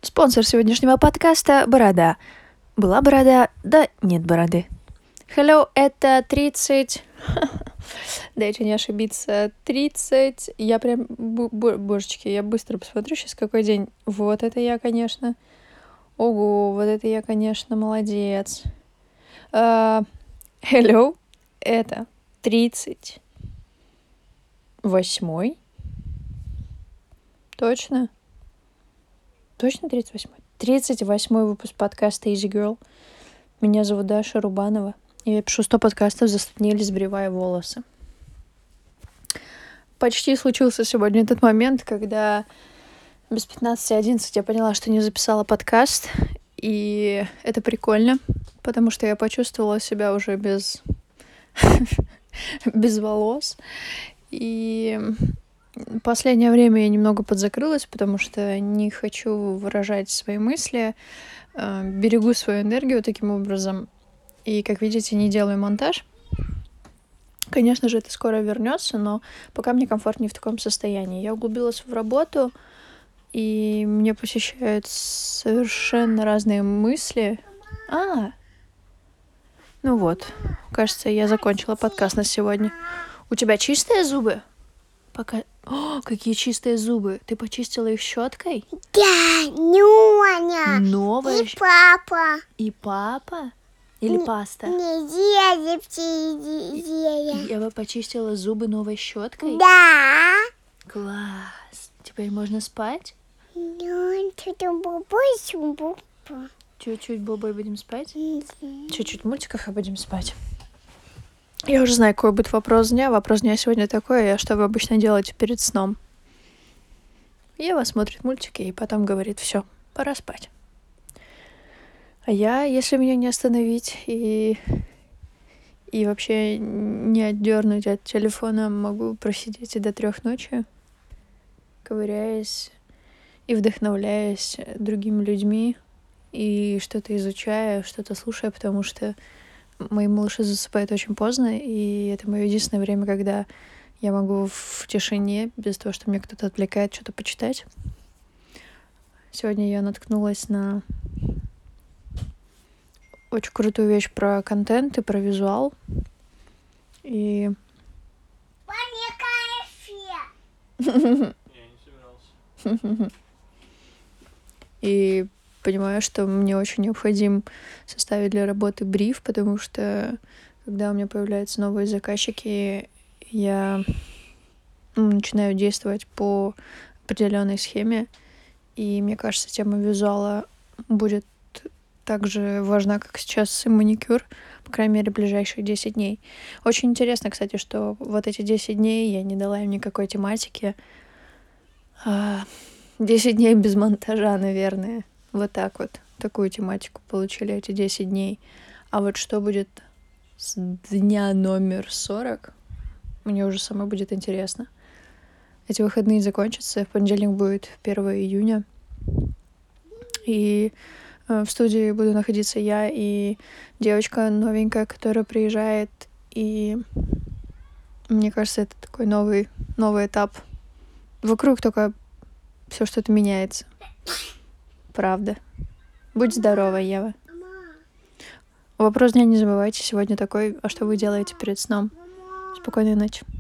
Спонсор сегодняшнего подкаста — Борода. Была борода, да нет бороды. Hello, это 30... Дайте не ошибиться. 30... Я прям... Божечки, я быстро посмотрю сейчас, какой день. Вот это я, конечно. Ого, вот это я, конечно, молодец. Hello, это 38-й. Точно? Точно 38-й? 38-й выпуск подкаста Easy Girl. Меня зовут Даша Рубанова. Я пишу 100 подкастов за 100 дней, сбривая волосы. Почти случился сегодня этот момент, когда без 15:11 я поняла, что не записала подкаст. И это прикольно, потому что я почувствовала себя уже без волос. И последнее время я немного подзакрылась, потому что не хочу выражать свои мысли, берегу свою энергию таким образом. И, как видите, не делаю монтаж. Конечно же, это скоро вернется, но пока мне комфортнее в таком состоянии. Я углубилась в работу, и мне посещают совершенно разные мысли. Ну вот, кажется, я закончила подкаст на сегодня. У тебя чистые зубы? Пока... О, какие чистые зубы! Ты почистила их щеткой? Да, Нюня. Новая. И папа. И папа? Или паста? Не дедя. Я бы почистила зубы новой щеткой? Да. Класс! Теперь можно спать? Ну, что-то бубу. Чуть-чуть бобой будем спать? Чуть-чуть в мультиках и будем спать. Я уже знаю, какой будет вопрос дня. Вопрос дня сегодня такой: а что вы обычно делаете перед сном? Ева смотрит мультики и потом говорит: все, пора спать. А я, если меня не остановить и вообще не отдернуть от телефона, могу просидеть и до 3 ночи, ковыряясь и вдохновляясь другими людьми, и что-то изучая, что-то слушая, потому что мои малыши засыпают очень поздно, и это мое единственное время, когда я могу в тишине, без того, что меня кто-то отвлекает, что-то почитать. Сегодня я наткнулась на очень крутую вещь про контент и про визуал. И... Я не собирался. И понимаю, что мне очень необходим составить для работы бриф, потому что когда у меня появляются новые заказчики, я начинаю действовать по определенной схеме, и мне кажется, тема визуала будет так же важна, как сейчас и маникюр, по крайней мере, ближайшие 10 дней. Очень интересно, кстати, что вот эти 10 дней я не дала им никакой тематики. 10 дней без монтажа, наверное. Вот так вот. Такую тематику получили эти 10 дней. А вот что будет с дня номер 40, мне уже самой будет интересно. Эти выходные закончатся. В понедельник будет 1 июня. И в студии буду находиться я и девочка новенькая, которая приезжает. И мне кажется, это такой новый этап. Вокруг только все что-то меняется. Правда. Будь здорова, Ева. Вопрос дня не забывайте. Сегодня такой: а что вы делаете перед сном? Спокойной ночи.